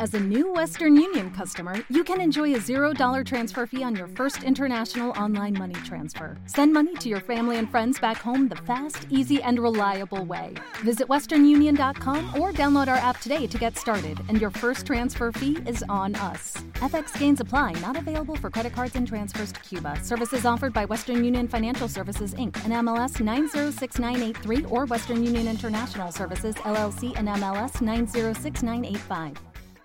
As a new Western Union customer, you can enjoy a $0 transfer fee on your first international online money transfer. Send money to your family and friends back home the fast, easy, and reliable way. Visit westernunion.com or download our app today to get started, and your first transfer fee is on us. FX gains apply, not available for credit cards and transfers to Cuba. Services offered by Western Union Financial Services, Inc., and MLS 906983, or Western Union International Services, LLC, and MLS 906985.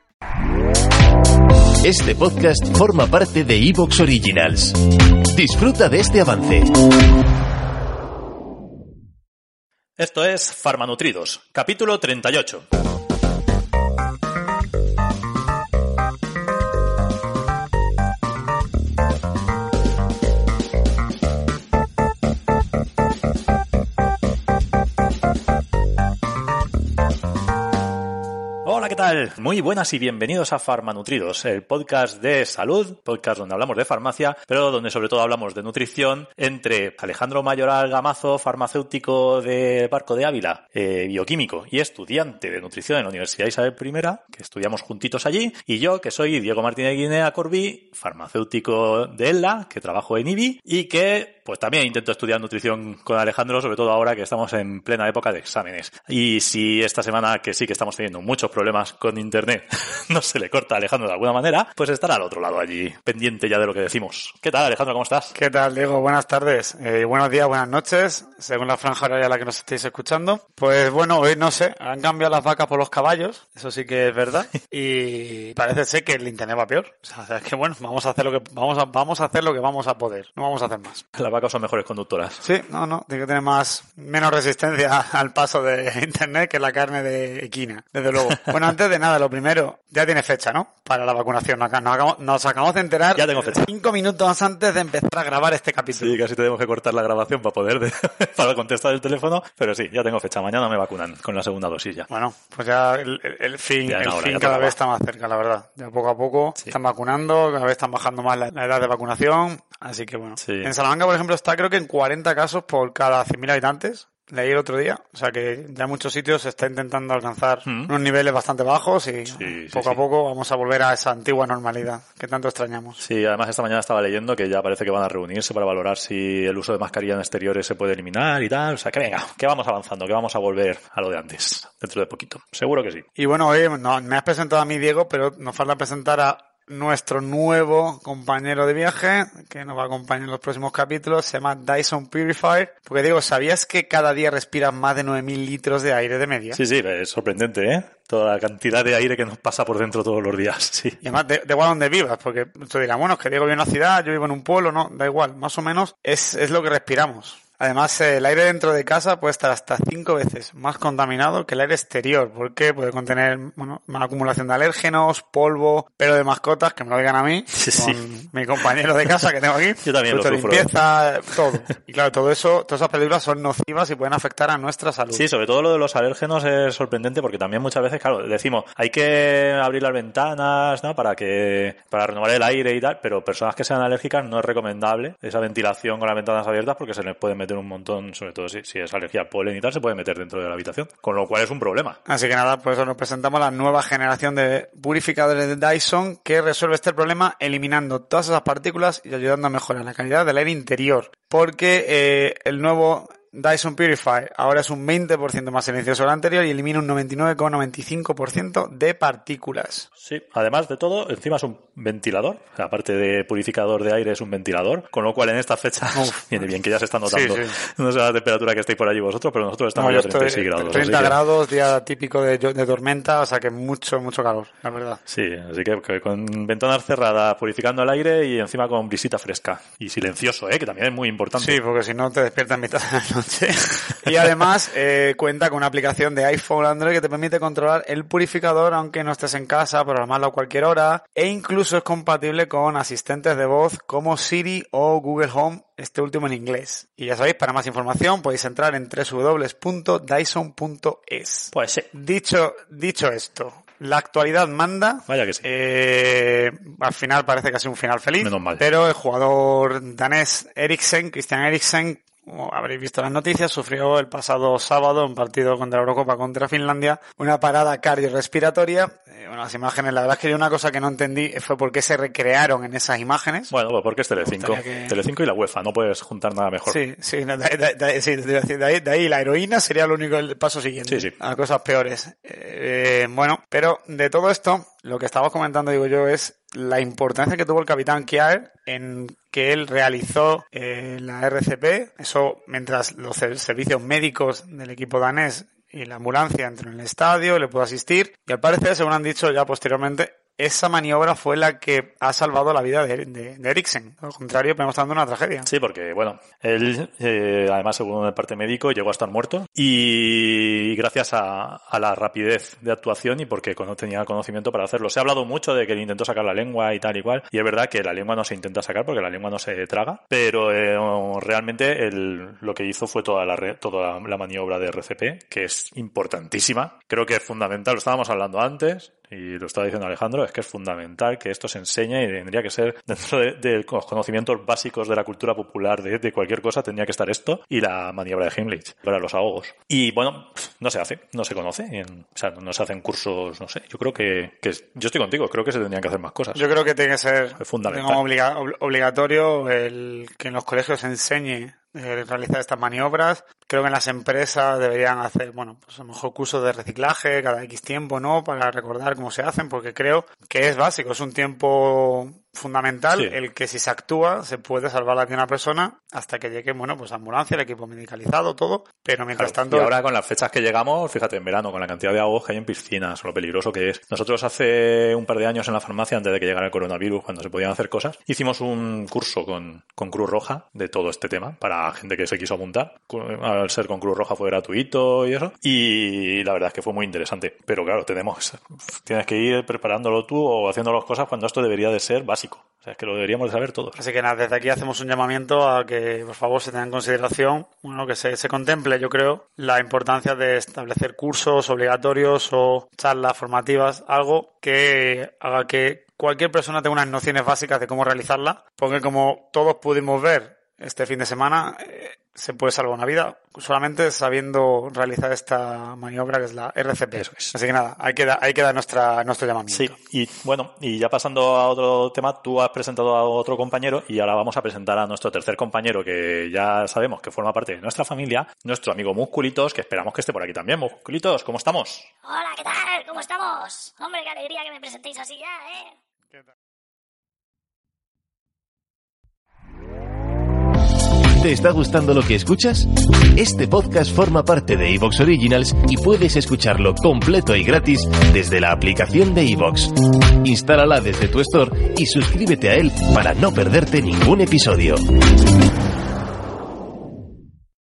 Este podcast forma parte de Evox Originals. Disfruta de este avance. Esto es Farmanutridos, capítulo 38. Hola, ¿qué tal? Muy buenas y bienvenidos a Farmanutridos, el podcast de salud, podcast donde hablamos de farmacia, pero donde sobre todo hablamos de nutrición entre Alejandro Mayoral Gamazo, farmacéutico de Barco de Ávila, bioquímico y estudiante de nutrición en la Universidad Isabel I, que estudiamos juntitos allí, y yo, que soy Diego Martínez Guinea Corbí, farmacéutico de ELA, que trabajo en IBI y que pues también intento estudiar nutrición con Alejandro, sobre todo ahora que estamos en plena época de exámenes. Y si esta semana, que sí que estamos teniendo muchos problemas con internet, no se le corta a Alejandro de alguna manera, pues estará al otro lado allí, pendiente ya de lo que decimos. ¿Qué tal, Alejandro? ¿Cómo estás? ¿Qué tal, Diego? Buenas tardes. Buenos días, buenas noches, según la franja horaria a la que nos estéis escuchando. Pues bueno, hoy no sé, han cambiado las vacas por los caballos, eso sí que es verdad, y parece ser que el internet va peor. O sea, es que bueno, vamos a hacer lo que vamos a hacer lo que vamos a poder, no vamos a hacer más. Las vacas son mejores conductoras. Sí, no, tiene que tener menos resistencia al paso de internet que la carne de equina, desde luego. Bueno, antes de nada, lo primero, ya tiene fecha, ¿no? Para la vacunación. Nos acabamos de enterar. Ya tengo fecha. 5 minutos antes de empezar a grabar este capítulo. Sí, casi tenemos que cortar la grabación para poder para contestar el teléfono, pero sí, ya tengo fecha. Mañana me vacunan con la segunda dosis ya. Bueno, pues ya el fin cada vez está más cerca, la verdad. Ya poco a poco están vacunando, cada vez están bajando más la edad de vacunación, así que bueno. Sí. En Salamanca, por ejemplo, está creo que en 40 casos por cada 100.000 habitantes. Leí el otro día, o sea que ya en muchos sitios se está intentando alcanzar unos niveles bastante bajos y poco a poco vamos a volver a esa antigua normalidad que tanto extrañamos. Sí, además esta mañana estaba leyendo que ya parece que van a reunirse para valorar si el uso de mascarilla en exteriores se puede eliminar y tal. O sea que venga, que vamos avanzando, que vamos a volver a lo de antes, dentro de poquito. Seguro que sí. Y bueno, hoy me has presentado a mí, Diego, pero nos falta presentar a nuestro nuevo compañero de viaje, que nos va a acompañar en los próximos capítulos, se llama Dyson Purifier. Porque digo, ¿sabías que cada día respiras más de 9.000 litros de aire de media? Sí, es sorprendente, ¿eh? Toda la cantidad de aire que nos pasa por dentro todos los días, sí. Y además, da igual donde vivas, porque tú dirás, bueno, es que Diego vive en una ciudad, yo vivo en un pueblo, no, da igual, más o menos es lo que respiramos. Además, el aire dentro de casa puede estar hasta 5 veces más contaminado que el aire exterior, porque puede contener, una acumulación de alérgenos, polvo, pelo de mascotas, que me lo digan a mí, con mi compañero de casa que tengo aquí. Yo también lo sufro. Limpieza, todo. Y claro, todas esas películas son nocivas y pueden afectar a nuestra salud. Sí, sobre todo lo de los alérgenos es sorprendente porque también muchas veces, claro, decimos, hay que abrir las ventanas, ¿no? Para renovar el aire y tal, pero personas que sean alérgicas no es recomendable esa ventilación con las ventanas abiertas porque se les pueden meter un montón, sobre todo si es alergia al polen y tal, se puede meter dentro de la habitación, con lo cual es un problema. Así que nada, por eso nos presentamos la nueva generación de purificadores de Dyson que resuelve este problema eliminando todas esas partículas y ayudando a mejorar la calidad del aire interior, porque el nuevo Dyson Purifier ahora es un 20% más silencioso que el anterior y elimina un 99,95% de partículas. Sí, además de todo, encima es un ventilador, aparte de purificador de aire es un ventilador, con lo cual en estas fechas viene bien que ya se está notando. Sí. No sé la temperatura que estáis por allí vosotros, pero nosotros estamos a 36 grados. 30 grados, día típico de tormenta, o sea que mucho calor, la verdad. Sí, así que con ventanas cerradas, purificando el aire y encima con brisita fresca. Y silencioso, que también es muy importante. Sí, porque si no te despiertas en mitad de la noche. Y además cuenta con una aplicación de iPhone o Android que te permite controlar el purificador aunque no estés en casa, programarlo a cualquier hora, e incluso es compatible con asistentes de voz como Siri o Google Home, este último en inglés. Y ya sabéis, para más información podéis entrar en www.dyson.es. Pues sí. Dicho esto, la actualidad manda. Vaya que sí. Al final parece que ha sido un final feliz. Menos mal. Pero el jugador danés Christian Eriksen, como habréis visto en las noticias, sufrió el pasado sábado en partido contra la Eurocopa contra Finlandia una parada cardiorrespiratoria. Bueno, las imágenes, la verdad es que yo una cosa que no entendí fue por qué se recrearon en esas imágenes. Bueno, pues porque es Telecinco. Telecinco y la UEFA, no puedes juntar nada mejor. Sí, de ahí la heroína sería lo único, el paso siguiente. Sí. A cosas peores. Bueno, pero de todo esto, lo que estábamos comentando, digo yo, es la importancia que tuvo el capitán Kjær en que él realizó la RCP. Eso mientras los servicios médicos del equipo danés y la ambulancia entró en el estadio, le pudo asistir. Y al parecer, según han dicho ya posteriormente, esa maniobra fue la que ha salvado la vida de Eriksen. Al contrario, podemos estar dando una tragedia. Sí, porque, bueno, él, además, según el parte médico, llegó a estar muerto. Y gracias a la rapidez de actuación y porque no tenía el conocimiento para hacerlo. Se ha hablado mucho de que él intentó sacar la lengua y tal y cual. Y es verdad que la lengua no se intenta sacar porque la lengua no se traga. Pero realmente lo que hizo fue toda la maniobra de RCP, que es importantísima. Creo que es fundamental. Lo estábamos hablando antes. Y lo estaba diciendo Alejandro, es que es fundamental que esto se enseñe y tendría que ser dentro de los conocimientos básicos de la cultura popular de cualquier cosa, tendría que estar esto y la maniobra de Heimlich para los ahogos. Y bueno, no se hace, no se conoce, o sea, no se hacen cursos, no sé. Yo creo que yo estoy contigo, creo que se tendrían que hacer más cosas. Yo creo que tiene que ser fundamental. Obligatorio el que en los colegios se enseñe realizar estas maniobras. Creo que en las empresas deberían hacer, bueno, pues a lo mejor cursos de reciclaje cada X tiempo, ¿no? Para recordar cómo se hacen, porque creo que es básico, es un tiempo fundamental el que si se actúa se puede salvar la vida de una persona hasta que llegue, bueno, pues ambulancia, el equipo medicalizado, todo, pero mientras tanto... Y ahora con las fechas que llegamos, fíjate, en verano, con la cantidad de ahogos que hay en piscinas, lo peligroso que es. Nosotros hace un par de años en la farmacia, antes de que llegara el coronavirus, cuando se podían hacer cosas, hicimos un curso con Cruz Roja de todo este tema, para gente que se quiso apuntar. Al ser con Cruz Roja fue gratuito y eso, y la verdad es que fue muy interesante. Pero claro, tienes que ir preparándolo tú o haciendo las cosas cuando esto debería de ser básico. O sea, es que lo deberíamos de saber todos. Así que nada, desde aquí hacemos un llamamiento a que, por favor, se tenga en consideración, bueno, que se contemple, yo creo, la importancia de establecer cursos obligatorios o charlas formativas, algo que haga que cualquier persona tenga unas nociones básicas de cómo realizarla, porque como todos pudimos ver este fin de semana, se puede salvar una vida solamente sabiendo realizar esta maniobra que es la RCP. Eso es. Así que nada, hay que dar nuestro llamamiento. Sí, y bueno, y ya pasando a otro tema, tú has presentado a otro compañero y ahora vamos a presentar a nuestro tercer compañero que ya sabemos que forma parte de nuestra familia, nuestro amigo Musculitos, que esperamos que esté por aquí también. Musculitos, ¿cómo estamos? Hola, ¿qué tal? ¿Cómo estamos? Hombre, qué alegría que me presentéis así ya, ¿eh? ¿Qué tal? ¿Te está gustando lo que escuchas? Este podcast forma parte de iVoox Originals y puedes escucharlo completo y gratis desde la aplicación de iVoox. Instálala desde tu store y suscríbete a él para no perderte ningún episodio.